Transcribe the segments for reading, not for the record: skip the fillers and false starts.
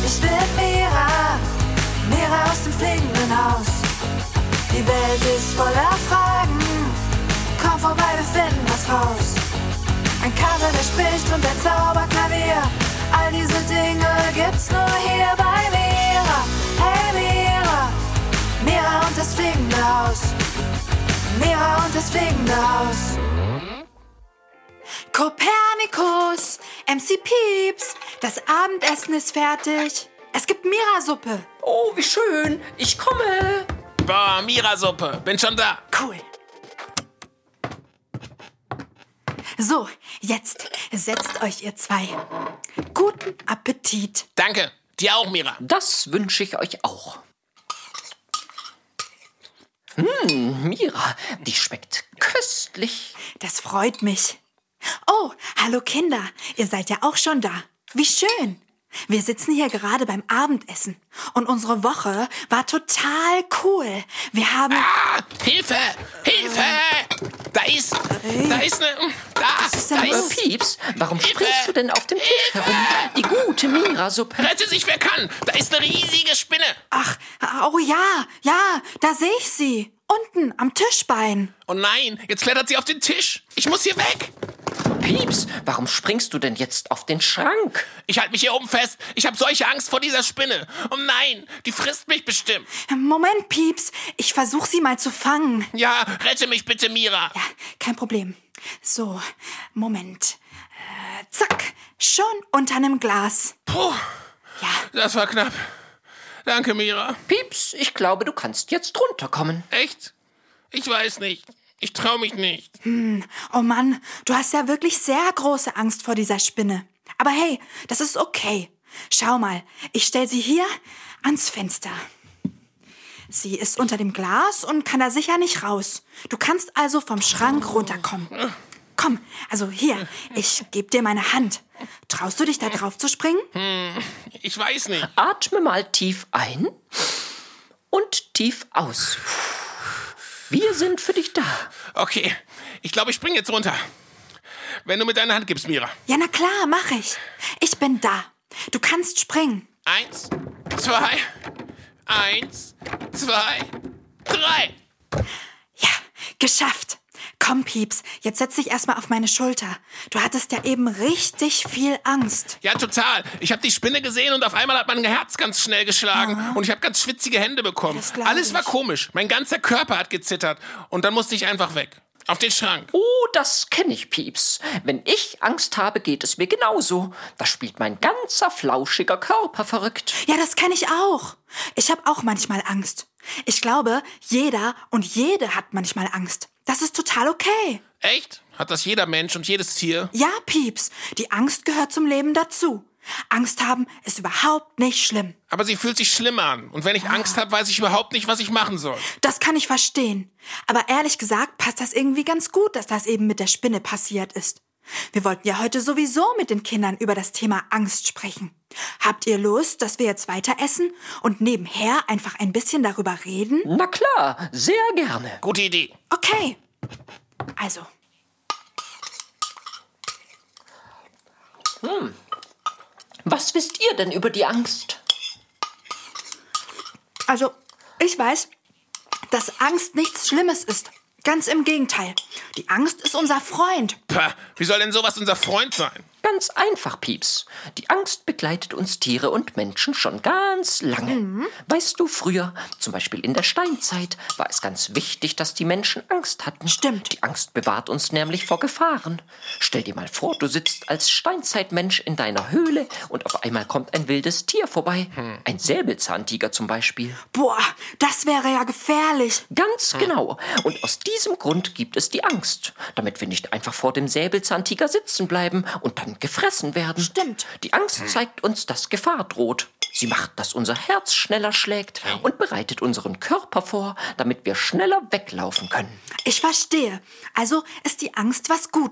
Ich bin Mira aus dem fliegenden Haus. Die Welt ist voller Fragen, komm vorbei, wir finden was raus. Ein Kater, der spricht und der Zauberklavier, all diese Dinge gibt's nur hier bei Mira. Hey Mira und das fliegende Haus. Mira und das fliegende Haus. Kopernikus, MC Pieps, das Abendessen ist fertig. Es gibt Mira-Suppe. Oh, wie schön. Ich komme. Boah, Mira-Suppe. Bin schon da. Cool. So, jetzt setzt euch ihr zwei. Guten Appetit. Danke. Dir auch, Mira. Das wünsche ich euch auch. Mira, die schmeckt köstlich. Das freut mich. Oh, hallo Kinder. Ihr seid ja auch schon da. Wie schön. Wir sitzen hier gerade beim Abendessen. Und unsere Woche war total cool. Wir haben... Hilfe! Hilfe! Da ist eine... Da ist... Pieps, warum springst du denn auf dem Tisch herum? Die gute Mira-Suppe. Rette sich, wer kann! Da ist eine riesige Spinne! Ach, oh ja, da sehe ich sie. Unten am Tischbein. Oh nein, jetzt klettert sie auf den Tisch. Ich muss hier weg. Pieps, warum springst du denn jetzt auf den Schrank? Ich halte mich hier oben fest. Ich habe solche Angst vor dieser Spinne. Oh nein, die frisst mich bestimmt. Moment, Pieps. Ich versuche sie mal zu fangen. Ja, rette mich bitte, Mira. Ja, kein Problem. So, Moment. Zack, schon unter einem Glas. Puh, Ja. das war knapp. Danke, Mira. Pieps, ich glaube, du kannst jetzt runterkommen. Echt? Ich weiß nicht. Ich traue mich nicht. Oh Mann, du hast ja wirklich sehr große Angst vor dieser Spinne. Aber hey, das ist okay. Schau mal, ich stelle sie hier ans Fenster. Sie ist unter dem Glas und kann da sicher nicht raus. Du kannst also vom Schrank runterkommen. Komm, also hier, ich gebe dir meine Hand. Traust du dich da drauf zu springen? Ich weiß nicht. Atme mal tief ein und tief aus. Wir sind für dich da. Okay, ich glaube, ich springe jetzt runter. Wenn du mit deiner Hand gibst, Mira. Ja, na klar, mach ich. Ich bin da. Du kannst springen. 1, 2, 1, 2, 3. Ja, geschafft. Komm, Pieps, jetzt setz dich erstmal auf meine Schulter. Du hattest ja eben richtig viel Angst. Ja, total. Ich habe die Spinne gesehen und auf einmal hat mein Herz ganz schnell geschlagen und ich habe ganz schwitzige Hände bekommen. Das glaub Alles war ich. komisch. Mein ganzer Körper hat gezittert und dann musste ich einfach weg. Auf den Schrank. Oh, das kenne ich, Pieps. Wenn ich Angst habe, geht es mir genauso. Da spielt mein ganzer flauschiger Körper verrückt. Ja, das kenne ich auch. Ich habe auch manchmal Angst. Ich glaube, jeder und jede hat manchmal Angst. Das ist total okay. Echt? Hat das jeder Mensch und jedes Tier? Ja, Pieps, die Angst gehört zum Leben dazu. Angst haben ist überhaupt nicht schlimm. Aber sie fühlt sich schlimm an. Und wenn ich Angst habe, weiß ich überhaupt nicht, was ich machen soll. Das kann ich verstehen. Aber ehrlich gesagt passt das irgendwie ganz gut, dass das eben mit der Spinne passiert ist. Wir wollten ja heute sowieso mit den Kindern über das Thema Angst sprechen. Habt ihr Lust, dass wir jetzt weiter essen und nebenher einfach ein bisschen darüber reden? Na klar, sehr gerne. Gute Idee. Okay. Also. Was wisst ihr denn über die Angst? Also, ich weiß, dass Angst nichts Schlimmes ist. Ganz im Gegenteil. Die Angst ist unser Freund. Pah, wie soll denn sowas unser Freund sein? Ganz einfach, Pieps. Die Angst begleitet uns Tiere und Menschen schon ganz lange. Weißt du, früher, zum Beispiel in der Steinzeit, war es ganz wichtig, dass die Menschen Angst hatten. Stimmt. Die Angst bewahrt uns nämlich vor Gefahren. Stell dir mal vor, du sitzt als Steinzeitmensch in deiner Höhle und auf einmal kommt ein wildes Tier vorbei. Ein Säbelzahntiger zum Beispiel. Boah, das wäre ja gefährlich. Ganz genau. Und aus diesem Grund gibt es die Angst. Damit wir nicht einfach vor dem Säbelzahntiger sitzen bleiben und dann gefressen werden. Stimmt. Die Angst zeigt uns, dass Gefahr droht. Sie macht, dass unser Herz schneller schlägt und bereitet unseren Körper vor, damit wir schneller weglaufen können. Ich verstehe. Also ist die Angst was Gutes.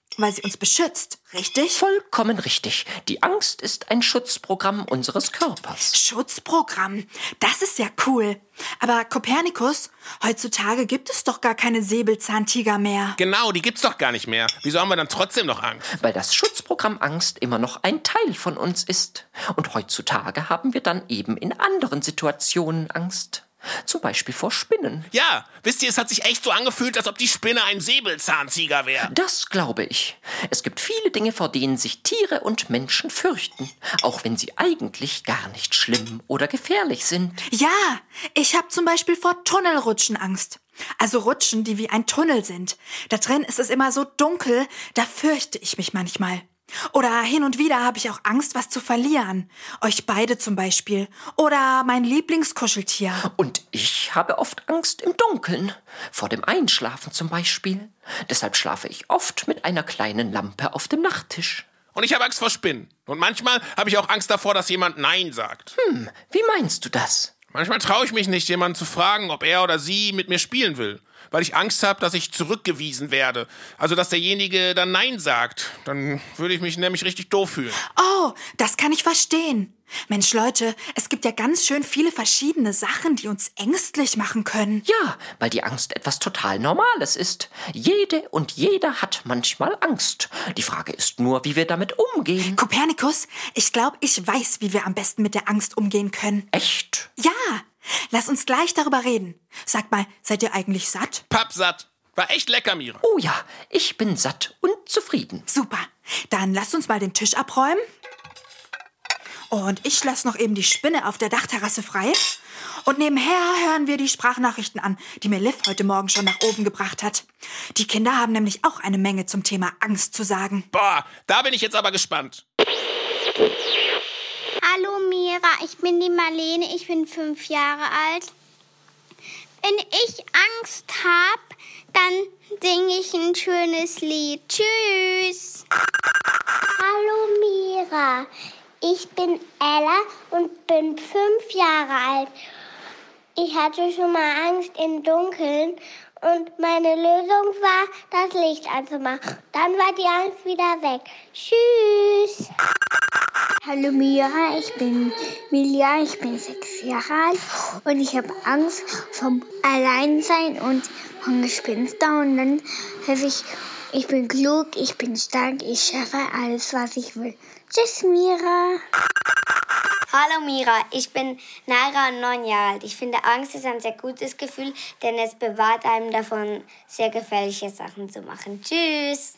Weil sie uns beschützt, richtig? Vollkommen richtig. Die Angst ist ein Schutzprogramm unseres Körpers. Schutzprogramm, das ist ja cool. Aber Kopernikus, heutzutage gibt es doch gar keine Säbelzahntiger mehr. Genau, die gibt's doch gar nicht mehr. Wieso haben wir dann trotzdem noch Angst? Weil das Schutzprogramm Angst immer noch ein Teil von uns ist. Und heutzutage haben wir dann eben in anderen Situationen Angst. Zum Beispiel vor Spinnen. Ja, wisst ihr, es hat sich echt so angefühlt, als ob die Spinne ein Säbelzahntiger wäre. Das glaube ich. Es gibt viele Dinge, vor denen sich Tiere und Menschen fürchten, auch wenn sie eigentlich gar nicht schlimm oder gefährlich sind. Ja, ich habe zum Beispiel vor Tunnelrutschen Angst. Also Rutschen, die wie ein Tunnel sind. Da drin ist es immer so dunkel, da fürchte ich mich manchmal. Oder hin und wieder habe ich auch Angst, was zu verlieren. Euch beide zum Beispiel. Oder mein Lieblingskuscheltier. Und ich habe oft Angst im Dunkeln, vor dem Einschlafen zum Beispiel. Deshalb schlafe ich oft mit einer kleinen Lampe auf dem Nachttisch. Und ich habe Angst vor Spinnen. Und manchmal habe ich auch Angst davor, dass jemand Nein sagt. Wie meinst du das? Manchmal traue ich mich nicht, jemanden zu fragen, ob er oder sie mit mir spielen will. Weil ich Angst habe, dass ich zurückgewiesen werde. Also, dass derjenige dann Nein sagt. Dann würde ich mich nämlich richtig doof fühlen. Oh, das kann ich verstehen. Mensch, Leute, es gibt ja ganz schön viele verschiedene Sachen, die uns ängstlich machen können. Ja, weil die Angst etwas total Normales ist. Jede und jeder hat manchmal Angst. Die Frage ist nur, wie wir damit umgehen. Kopernikus, ich glaube, ich weiß, wie wir am besten mit der Angst umgehen können. Echt? Ja, lass uns gleich darüber reden. Sagt mal, seid ihr eigentlich satt? Pappsatt. War echt lecker, Mira. Oh ja, ich bin satt und zufrieden. Super, dann lasst uns mal den Tisch abräumen. Und ich lasse noch eben die Spinne auf der Dachterrasse frei. Und nebenher hören wir die Sprachnachrichten an, die mir Liv heute Morgen schon nach oben gebracht hat. Die Kinder haben nämlich auch eine Menge zum Thema Angst zu sagen. Boah, da bin ich jetzt aber gespannt. Hallo Mira, ich bin die Marlene, ich bin 5 Jahre alt. Wenn ich Angst habe, dann singe ich ein schönes Lied. Tschüss. Hallo Mira, ich bin Ella und bin 5 Jahre alt. Ich hatte schon mal Angst im Dunkeln und meine Lösung war, das Licht anzumachen. Dann war die Angst wieder weg. Tschüss. Hallo Mira, ich bin Milja, ich bin 6 Jahre alt und ich habe Angst vom Alleinsein und von Gespenster und dann helfe ich bin klug, ich bin stark, ich schaffe alles, was ich will. Tschüss Mira. Hallo Mira, ich bin Naira und 9 Jahre alt. Ich finde, Angst ist ein sehr gutes Gefühl, denn es bewahrt einem davon, sehr gefährliche Sachen zu machen. Tschüss.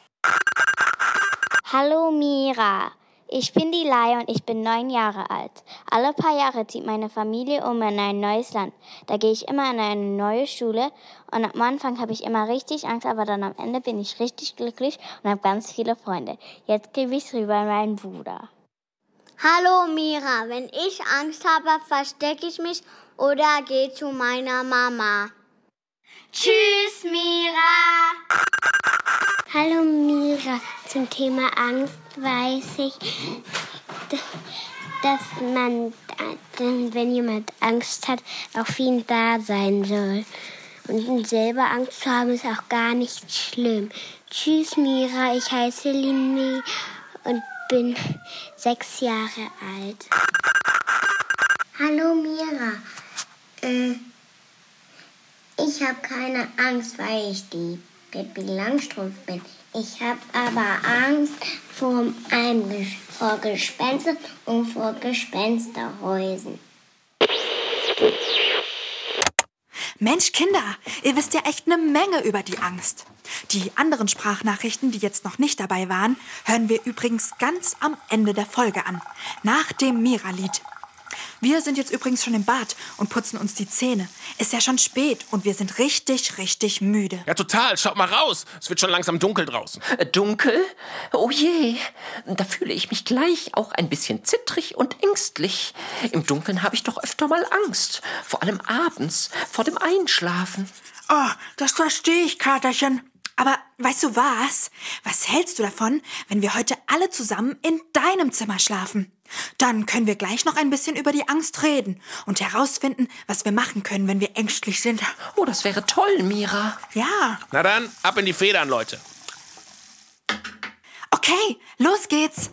Hallo Mira, ich bin die Laie und ich bin 9 Jahre alt. Alle paar Jahre zieht meine Familie in ein neues Land. Da gehe ich immer in eine neue Schule und am Anfang habe ich immer richtig Angst, aber dann am Ende bin ich richtig glücklich und habe ganz viele Freunde. Jetzt gebe ich es rüber an meinen Bruder. Hallo Mira, wenn ich Angst habe, verstecke ich mich oder gehe zu meiner Mama. Tschüss Mira. Hallo Mira, zum Thema Angst weiß ich, dass man, wenn jemand Angst hat, auch für ihn da sein soll. Und selber Angst zu haben, ist auch gar nicht schlimm. Tschüss Mira, ich heiße Lini und bin 6 Jahre alt. Hallo Mira, ich habe keine Angst, weil ich die Pippi Langstrumpf bin. Ich habe aber Angst vor Gespenstern und vor Gespensterhäusern. Mensch, Kinder, ihr wisst ja echt eine Menge über die Angst. Die anderen Sprachnachrichten, die jetzt noch nicht dabei waren, hören wir übrigens ganz am Ende der Folge an, nach dem Mira-Lied. Wir sind jetzt übrigens schon im Bad und putzen uns die Zähne. Ist ja schon spät und wir sind richtig, richtig müde. Ja, total. Schaut mal raus. Es wird schon langsam dunkel draußen. Dunkel? Oh je, da fühle ich mich gleich auch ein bisschen zittrig und ängstlich. Im Dunkeln habe ich doch öfter mal Angst. Vor allem abends, vor dem Einschlafen. Oh, das verstehe ich, Katerchen. Aber weißt du was? Was hältst du davon, wenn wir heute alle zusammen in deinem Zimmer schlafen? Dann können wir gleich noch ein bisschen über die Angst reden und herausfinden, was wir machen können, wenn wir ängstlich sind. Oh, das wäre toll, Mira. Ja. Na dann, ab in die Federn, Leute. Okay, los geht's.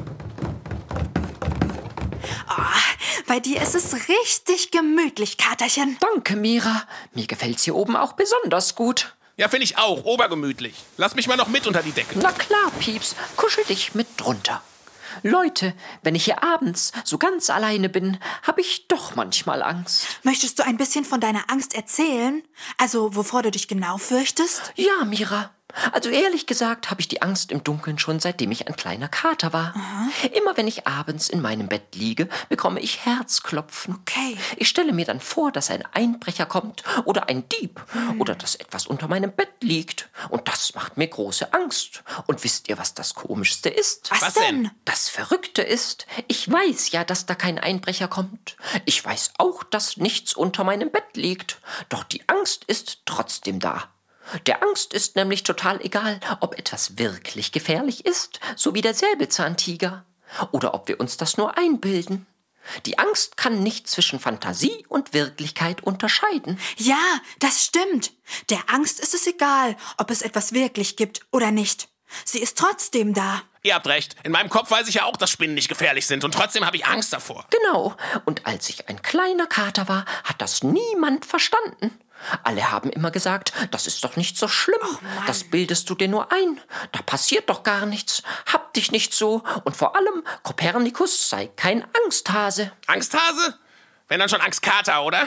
Oh, bei dir ist es richtig gemütlich, Katerchen. Danke, Mira. Mir gefällt's hier oben auch besonders gut. Ja, finde ich auch. Obergemütlich. Lass mich mal noch mit unter die Decke. Na klar, Pieps, kuschel dich mit drunter. Leute, wenn ich hier abends so ganz alleine bin, habe ich doch manchmal Angst. Möchtest du ein bisschen von deiner Angst erzählen? Also, wovor du dich genau fürchtest? Ja, Mira. Also ehrlich gesagt habe ich die Angst im Dunkeln schon, seitdem ich ein kleiner Kater war. Immer wenn ich abends in meinem Bett liege, bekomme ich Herzklopfen. Okay. Ich stelle mir dann vor, dass ein Einbrecher kommt oder ein Dieb oder dass etwas unter meinem Bett liegt. Und das macht mir große Angst. Und wisst ihr, was das Komischste ist? Was denn? Das Verrückte ist, ich weiß ja, dass da kein Einbrecher kommt. Ich weiß auch, dass nichts unter meinem Bett liegt. Doch die Angst ist trotzdem da. Der Angst ist nämlich total egal, ob etwas wirklich gefährlich ist, so wie der Säbelzahntiger, oder ob wir uns das nur einbilden. Die Angst kann nicht zwischen Fantasie und Wirklichkeit unterscheiden. Ja, das stimmt. Der Angst ist es egal, ob es etwas wirklich gibt oder nicht. Sie ist trotzdem da. Ihr habt recht. In meinem Kopf weiß ich ja auch, dass Spinnen nicht gefährlich sind. Und trotzdem habe ich Angst davor. Genau. Und als ich ein kleiner Kater war, hat das niemand verstanden. Alle haben immer gesagt, das ist doch nicht so schlimm. Das bildest du dir nur ein. Da passiert doch gar nichts. Hab dich nicht so. Und vor allem, Kopernikus sei kein Angsthase. Angsthase? Wenn dann schon Angstkater, oder?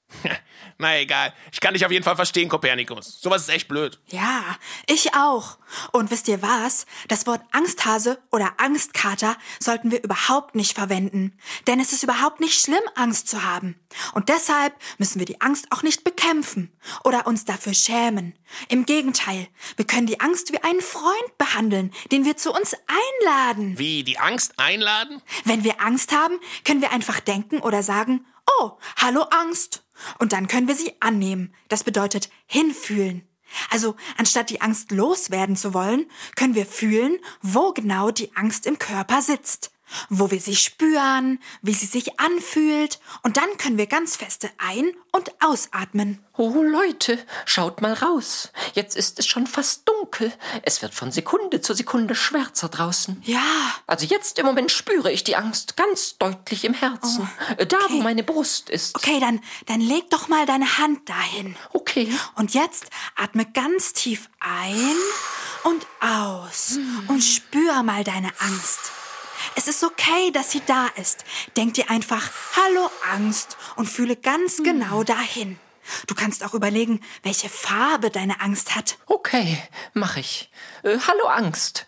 Na egal. Ich kann dich auf jeden Fall verstehen, Kopernikus. Sowas ist echt blöd. Ja, ich auch. Und wisst ihr was? Das Wort Angsthase oder Angstkater sollten wir überhaupt nicht verwenden. Denn es ist überhaupt nicht schlimm, Angst zu haben. Und deshalb müssen wir die Angst auch nicht bekämpfen oder uns dafür schämen. Im Gegenteil, wir können die Angst wie einen Freund behandeln, den wir zu uns einladen. Wie, die Angst einladen? Wenn wir Angst haben, können wir einfach denken oder sagen, oh, hallo Angst. Und dann können wir sie annehmen. Das bedeutet hinfühlen. Also, anstatt die Angst loswerden zu wollen, können wir fühlen, wo genau die Angst im Körper sitzt. Wo wir sie spüren, wie sie sich anfühlt. Und dann können wir ganz feste ein- und ausatmen. Oh Leute, schaut mal raus. Jetzt ist es schon fast dunkel. Es wird von Sekunde zu Sekunde schwärzer draußen. Ja. Also jetzt im Moment spüre ich die Angst ganz deutlich im Herzen. Da, wo meine Brust ist. Okay, dann leg doch mal deine Hand dahin. Okay. Und jetzt atme ganz tief ein und aus. Und spür mal deine Angst. Es ist okay, dass sie da ist. Denk dir einfach, hallo Angst, und fühle ganz genau dahin. Du kannst auch überlegen, welche Farbe deine Angst hat. Okay, mach ich. Hallo Angst.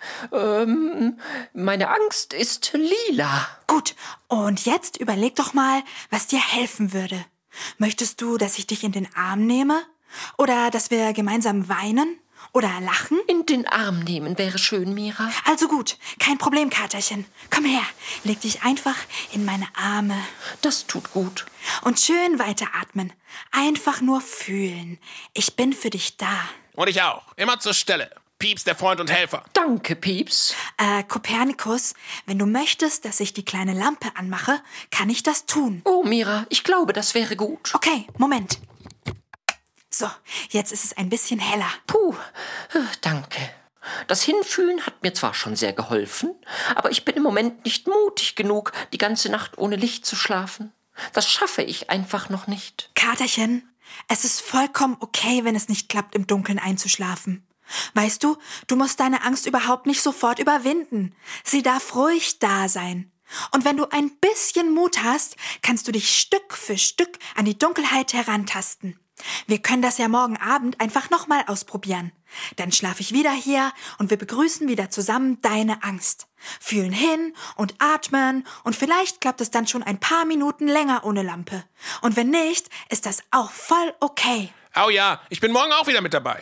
Meine Angst ist lila. Gut, und jetzt überleg doch mal, was dir helfen würde. Möchtest du, dass ich dich in den Arm nehme? Oder dass wir gemeinsam weinen? Oder lachen? In den Arm nehmen wäre schön, Mira. Also gut, kein Problem, Katerchen. Komm her, leg dich einfach in meine Arme. Das tut gut. Und schön weiteratmen. Einfach nur fühlen. Ich bin für dich da. Und ich auch. Immer zur Stelle. Pieps, der Freund und Helfer. Danke, Pieps. Kopernikus, wenn du möchtest, dass ich die kleine Lampe anmache, kann ich das tun. Oh, Mira, ich glaube, das wäre gut. Okay, Moment. So, jetzt ist es ein bisschen heller. Puh, danke. Das Hinfühlen hat mir zwar schon sehr geholfen, aber ich bin im Moment nicht mutig genug, die ganze Nacht ohne Licht zu schlafen. Das schaffe ich einfach noch nicht. Katerchen, es ist vollkommen okay, wenn es nicht klappt, im Dunkeln einzuschlafen. Weißt du, du musst deine Angst überhaupt nicht sofort überwinden. Sie darf ruhig da sein. Und wenn du ein bisschen Mut hast, kannst du dich Stück für Stück an die Dunkelheit herantasten. Wir können das ja morgen Abend einfach nochmal ausprobieren. Dann schlafe ich wieder hier und wir begrüßen wieder zusammen deine Angst. Fühlen hin und atmen und vielleicht klappt es dann schon ein paar Minuten länger ohne Lampe. Und wenn nicht, ist das auch voll okay. Oh ja, ich bin morgen auch wieder mit dabei.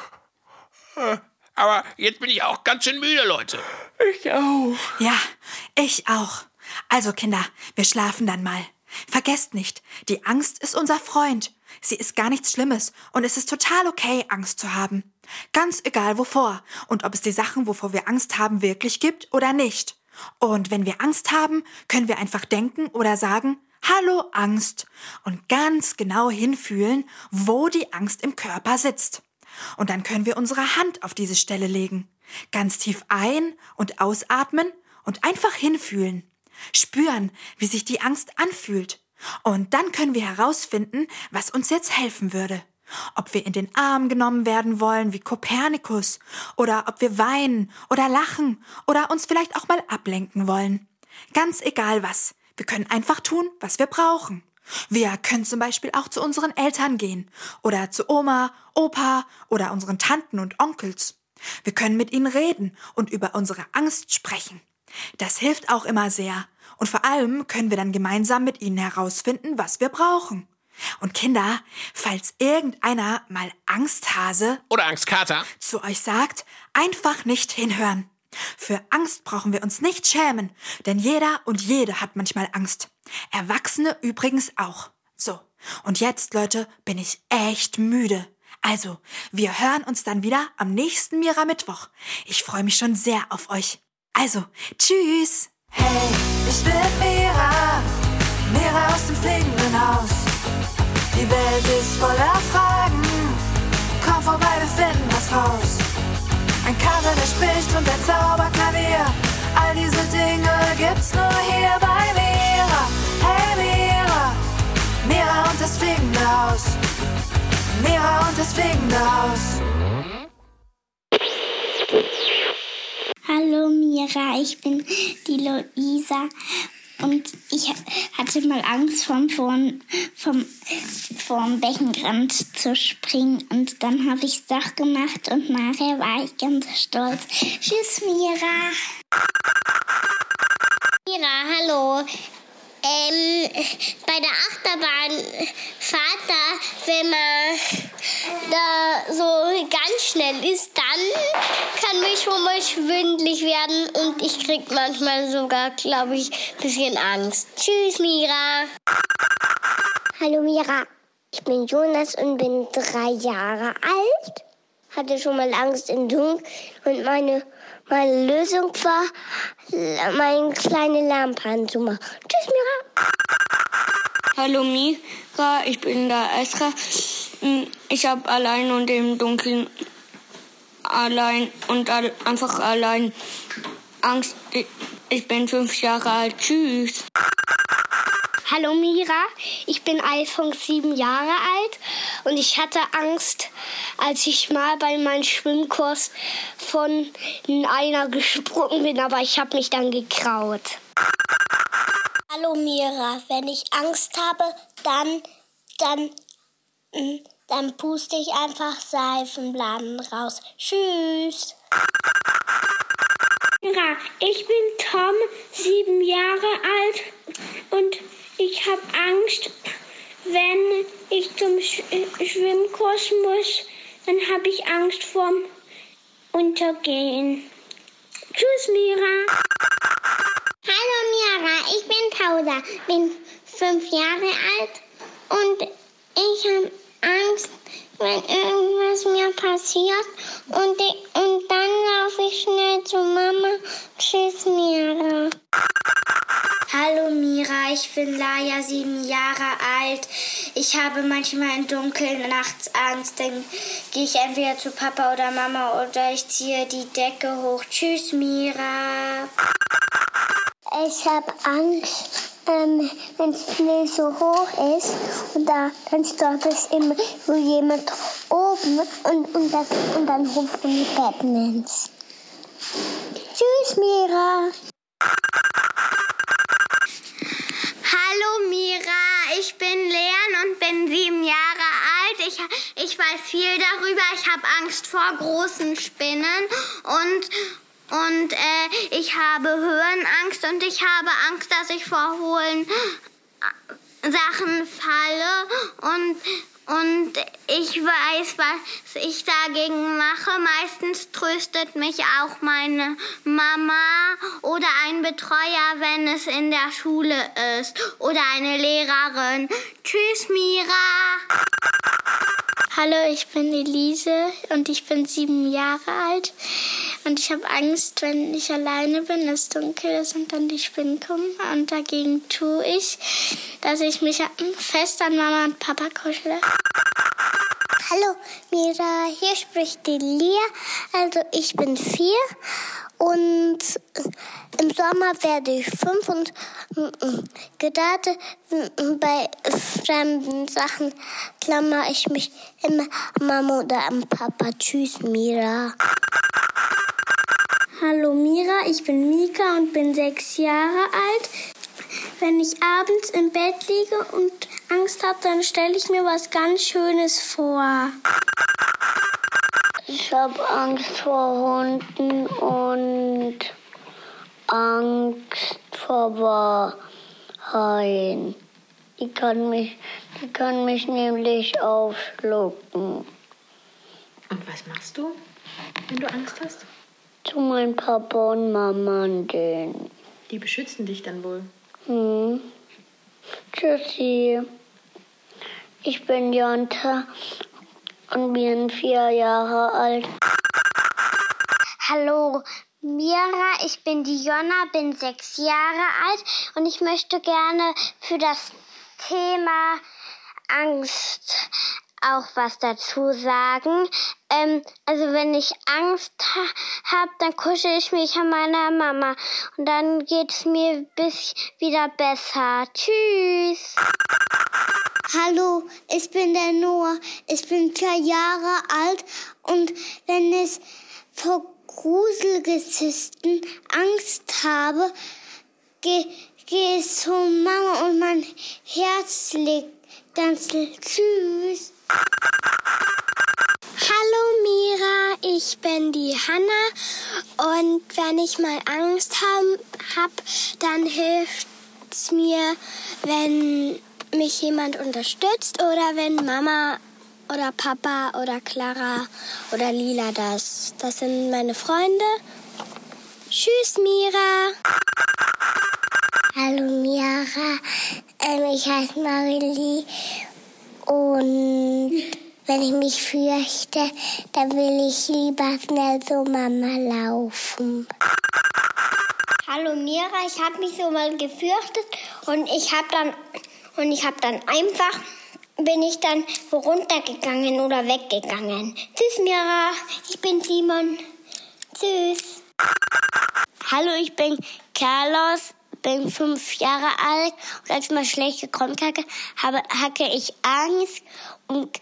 Aber jetzt bin ich auch ganz schön müde, Leute. Ich auch. Ja, ich auch. Also Kinder, wir schlafen dann mal. Vergesst nicht, die Angst ist unser Freund. Sie ist gar nichts Schlimmes und es ist total okay, Angst zu haben. Ganz egal wovor und ob es die Sachen, wovor wir Angst haben, wirklich gibt oder nicht. Und wenn wir Angst haben, können wir einfach denken oder sagen, hallo Angst, und ganz genau hinfühlen, wo die Angst im Körper sitzt. Und dann können wir unsere Hand auf diese Stelle legen. Ganz tief ein- und ausatmen und einfach hinfühlen. Spüren, wie sich die Angst anfühlt. Und dann können wir herausfinden, was uns jetzt helfen würde. Ob wir in den Arm genommen werden wollen wie Kopernikus oder ob wir weinen oder lachen oder uns vielleicht auch mal ablenken wollen. Ganz egal was. Wir können einfach tun, was wir brauchen. Wir können zum Beispiel auch zu unseren Eltern gehen oder zu Oma, Opa oder unseren Tanten und Onkels. Wir können mit ihnen reden und über unsere Angst sprechen. Das hilft auch immer sehr. Und vor allem können wir dann gemeinsam mit ihnen herausfinden, was wir brauchen. Und Kinder, falls irgendeiner mal Angsthase Oder Angstkater. zu euch sagt, einfach nicht hinhören. Für Angst brauchen wir uns nicht schämen, denn jeder und jede hat manchmal Angst. Erwachsene übrigens auch. So, und jetzt, Leute, bin ich echt müde. Also, wir hören uns dann wieder am nächsten Mira-Mittwoch. Ich freue mich schon sehr auf euch. Also, tschüss! Hey, ich bin Mira, Mira aus dem fliegenden Haus. Die Welt ist voller Fragen, komm vorbei, wir finden was raus. Ein Kater, der spricht und ein Zauberklavier, all diese Dinge gibt's nur hier bei Mira. Hey Mira, Mira und das fliegende Haus. Mira und das fliegende Haus. Hallo Mira, ich bin die Luisa und ich hatte mal Angst vom Beckenrand zu springen und dann habe ich es doch gemacht und nachher war ich ganz stolz. Tschüss Mira. Mira, hallo. Bei der Achterbahnfahrt, wenn man da so ganz schnell ist, dann kann mir schon mal schwindelig werden und ich krieg manchmal sogar, glaube ich, ein bisschen Angst. Tschüss, Mira. Hallo Mira, ich bin Jonas und bin 3 Jahre alt. Hatte schon mal Angst im Dunkeln und meine Lösung war, meine kleine Lampe anzumachen. Tschüss, Mira. Hallo Mira, ich bin der Esra. Ich habe allein und im Dunkeln einfach allein Angst. Ich bin 5 Jahre alt. Tschüss. Hallo Mira, ich bin Alfons 7 Jahre alt und ich hatte Angst, als ich mal bei meinem Schwimmkurs von einer gesprungen bin, aber ich habe mich dann gekraut. Hallo Mira, wenn ich Angst habe, dann puste ich einfach Seifenblasen raus. Tschüss. Mira, ich bin Tom, 7 Jahre alt und ich habe Angst, wenn ich zum Schwimmkurs muss, dann habe ich Angst vorm Untergehen. Tschüss, Mira. Hallo, Mira, ich bin Paula, bin 5 Jahre alt und ich habe Angst, wenn irgendwas mir passiert und dann laufe ich schnell zu Mama. Tschüss, Mira. Hallo Mira, ich bin Laia, 7 Jahre alt. Ich habe manchmal im Dunkeln nachts Angst. Dann gehe ich entweder zu Papa oder Mama oder ich ziehe die Decke hoch. Tschüss, Mira. Ich habe Angst, wenn es Schnee so hoch ist und dann stört es immer so jemand oben und dann ruft man die Batmans. Tschüss, Mira. Hallo Mira, ich bin Leon und bin 7 Jahre alt. Ich weiß viel darüber. Ich habe Angst vor großen Spinnen und ich habe Höhenangst und ich habe Angst, dass ich vor hohlen Sachen falle und ich weiß, was ich dagegen mache. Meistens tröstet mich auch meine Mama oder ein Betreuer, wenn es in der Schule ist oder eine Lehrerin. Tschüss, Mira. Hallo, ich bin Elise und ich bin 7 Jahre alt. Und ich habe Angst, wenn ich alleine bin, es dunkel ist und dann die Spinnen kommen. Und dagegen tue ich, dass ich mich fest an Mama und Papa kuschele. Hallo Mira, hier spricht die Lia. Also ich bin 4 und im Sommer werde ich 5 und gerade bei fremden Sachen klammer ich mich immer an Mama oder an Papa. Tschüss Mira. Hallo Mira, ich bin Mika und bin 6 Jahre alt. Wenn ich abends im Bett liege und Angst habe, dann stelle ich mir was ganz Schönes vor. Ich habe Angst vor Hunden und Angst vor Haien. Die können mich nämlich aufschlucken. Und was machst du, wenn du Angst hast? Zu meinem Papa und Mama gehen. Die beschützen dich dann wohl. Tschüssi. Ich bin Jonta und bin 4 Jahre alt. Hallo Mira, ich bin die Jonna, bin 6 Jahre alt und ich möchte gerne für das Thema Angst auch was dazu sagen. Also wenn ich Angst habe, dann kuschel ich mich an meiner Mama und dann geht's mir wieder besser. Tschüss. Hallo, ich bin der Noah. Ich bin 2 Jahre alt und wenn ich vor Gruselgeschichten Angst habe, gehe ich zu Mama und mein Herz schlägt ganz Tschüss. Hallo Mira, ich bin die Hanna und wenn ich mal Angst hab, dann hilft es mir, wenn mich jemand unterstützt oder wenn Mama oder Papa oder Clara oder Lila das sind meine Freunde. Tschüss Mira. Hallo Mira, ich heiße Marilie und wenn ich mich fürchte, dann will ich lieber schnell zu Mama laufen. Hallo Mira, ich habe mich so mal gefürchtet und ich habe dann einfach bin ich dann runtergegangen oder weggegangen. Tschüss Mira, ich bin Simon. Tschüss. Hallo, ich bin Carlos, bin 5 Jahre alt und als ich mal schlecht gekommen hatte ich Angst und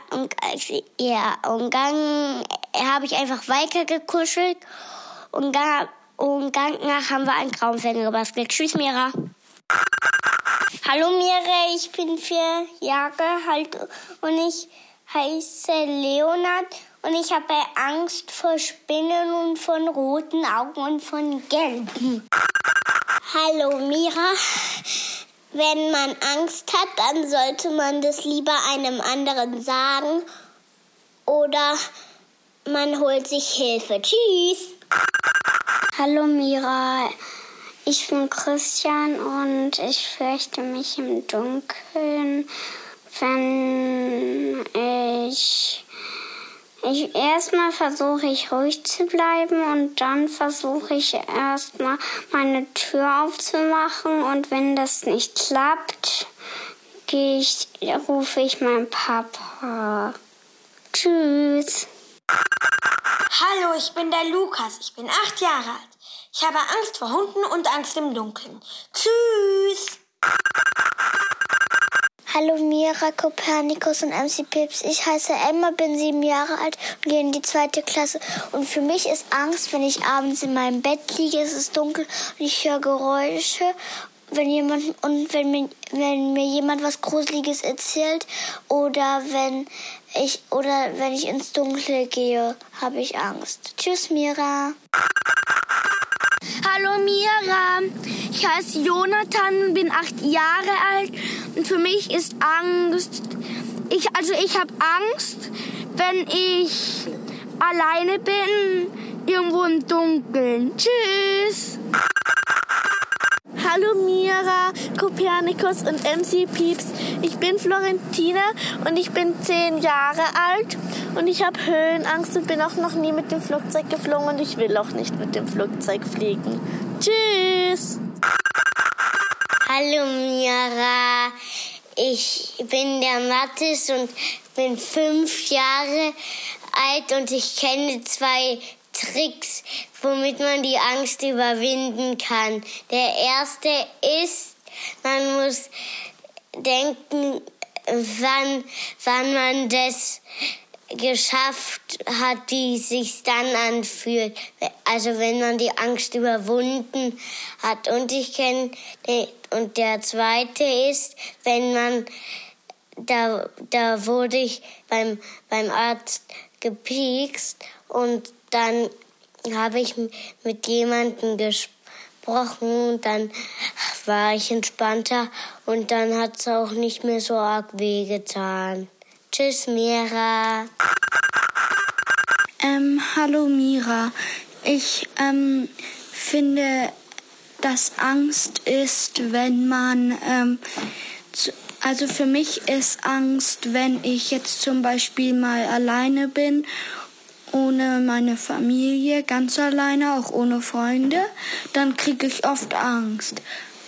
dann habe ich einfach weiter gekuschelt und danach haben wir einen Traumfänger gebastelt. Tschüss Mira. Hallo Mira, ich bin 4 Jahre alt und ich heiße Leonard und ich habe Angst vor Spinnen und von roten Augen und von gelben. Hallo Mira, wenn man Angst hat, dann sollte man das lieber einem anderen sagen oder man holt sich Hilfe. Tschüss. Hallo Mira, ich bin Christian und ich fürchte mich im Dunkeln, wenn erstmal versuche ich ruhig zu bleiben und dann versuche ich erstmal meine Tür aufzumachen und wenn das nicht klappt, rufe ich meinen Papa. Tschüss. Hallo, ich bin der Lukas. Ich bin 8 Jahre alt. Ich habe Angst vor Hunden und Angst im Dunkeln. Tschüss! Hallo Mira, Kopernikus und MC Pips. Ich heiße Emma, bin 7 Jahre alt und gehe in die 2. Klasse. Und für mich ist Angst, wenn ich abends in meinem Bett liege, es ist dunkel und ich höre Geräusche. Wenn mir jemand was Gruseliges erzählt oder wenn ich ins Dunkle gehe, habe ich Angst. Tschüss Mira. Hallo Mira, ich heiße Jonathan und bin 8 Jahre alt und für mich ist Angst, ich habe Angst, wenn ich alleine bin, irgendwo im Dunkeln. Tschüss! Hallo Mira, Kopernikus und MC Pieps. Ich bin Florentina und ich bin 10 Jahre alt und ich habe Höhenangst und bin auch noch nie mit dem Flugzeug geflogen und ich will auch nicht mit dem Flugzeug fliegen. Tschüss! Hallo Mira, ich bin der Mathis und bin 5 Jahre alt und ich kenne 2 Tricks, womit man die Angst überwinden kann. Der erste ist, man muss denken, wann man das geschafft hat, wie es sich dann anfühlt. Also wenn man die Angst überwunden hat. Und der zweite ist, wenn man, da wurde ich beim Arzt gepiekst und dann habe ich mit jemandem gesprochen und dann war ich entspannter und dann hat es auch nicht mehr so arg wehgetan. Tschüss, Mira. Hallo, Mira. Ich finde, dass Angst ist, wenn man... Also für mich ist Angst, wenn ich jetzt zum Beispiel mal alleine bin, ohne meine Familie, ganz alleine, auch ohne Freunde, dann kriege ich oft Angst.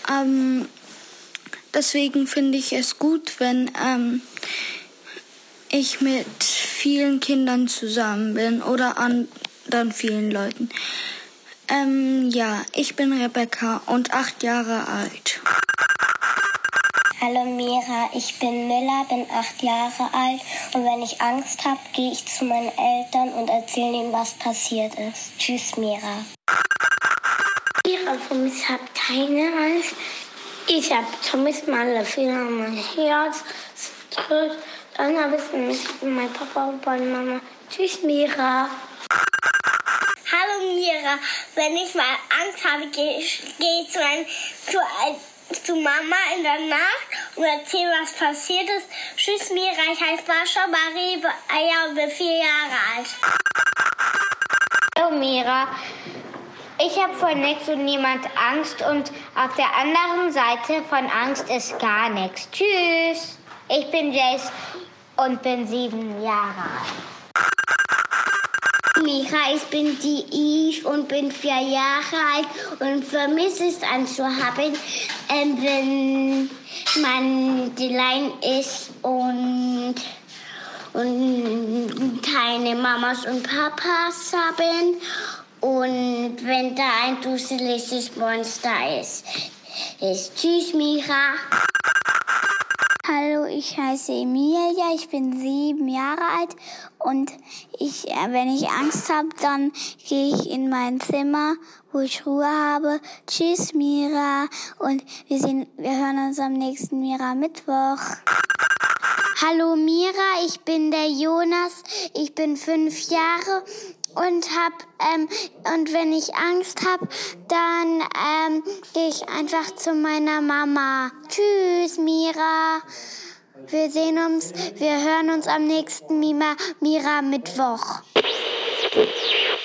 Deswegen finde ich es gut, wenn ich mit vielen Kindern zusammen bin oder anderen vielen Leuten. Ja, ich bin Rebecca und 8 Jahre alt. Hallo Mira, ich bin Milla, bin 8 Jahre alt und wenn ich Angst habe, gehe ich zu meinen Eltern und erzähle ihnen, was passiert ist. Tschüss, Mira. Mira, von mir habe keine Angst. Ich habe zumindest mal dafür mein Herz. Dann habe ich mit meinem Papa und meiner Mama. Tschüss, Mira. Hallo Mira, wenn ich mal Angst habe, gehe ich zu Mama in der Nacht und erzähle, was passiert ist. Tschüss Mira, ich heiße Mascha Marie Eier und bin 4 Jahre alt. Hallo Mira, ich habe vor nichts und niemand Angst und auf der anderen Seite von Angst ist gar nichts. Tschüss, ich bin Jace und bin 7 Jahre alt. Mira, ich bin die Eve und bin 4 Jahre alt und für mich ist Angst zu haben, wenn man allein ist und keine Mamas und Papas haben und wenn da ein dusseliges Monster ist. Tschüss, Mira. Hallo, ich heiße Emilia, ich bin 7 Jahre alt und wenn ich Angst habe, dann gehe ich in mein Zimmer, wo ich Ruhe habe. Tschüss, Mira, und wir hören uns am nächsten Mira-Mittwoch. Hallo Mira, ich bin der Jonas, ich bin 5 Jahre und wenn ich Angst habe, dann gehe ich einfach zu meiner Mama. Tschüss, Mira. Wir hören uns am nächsten Mira-Mittwoch.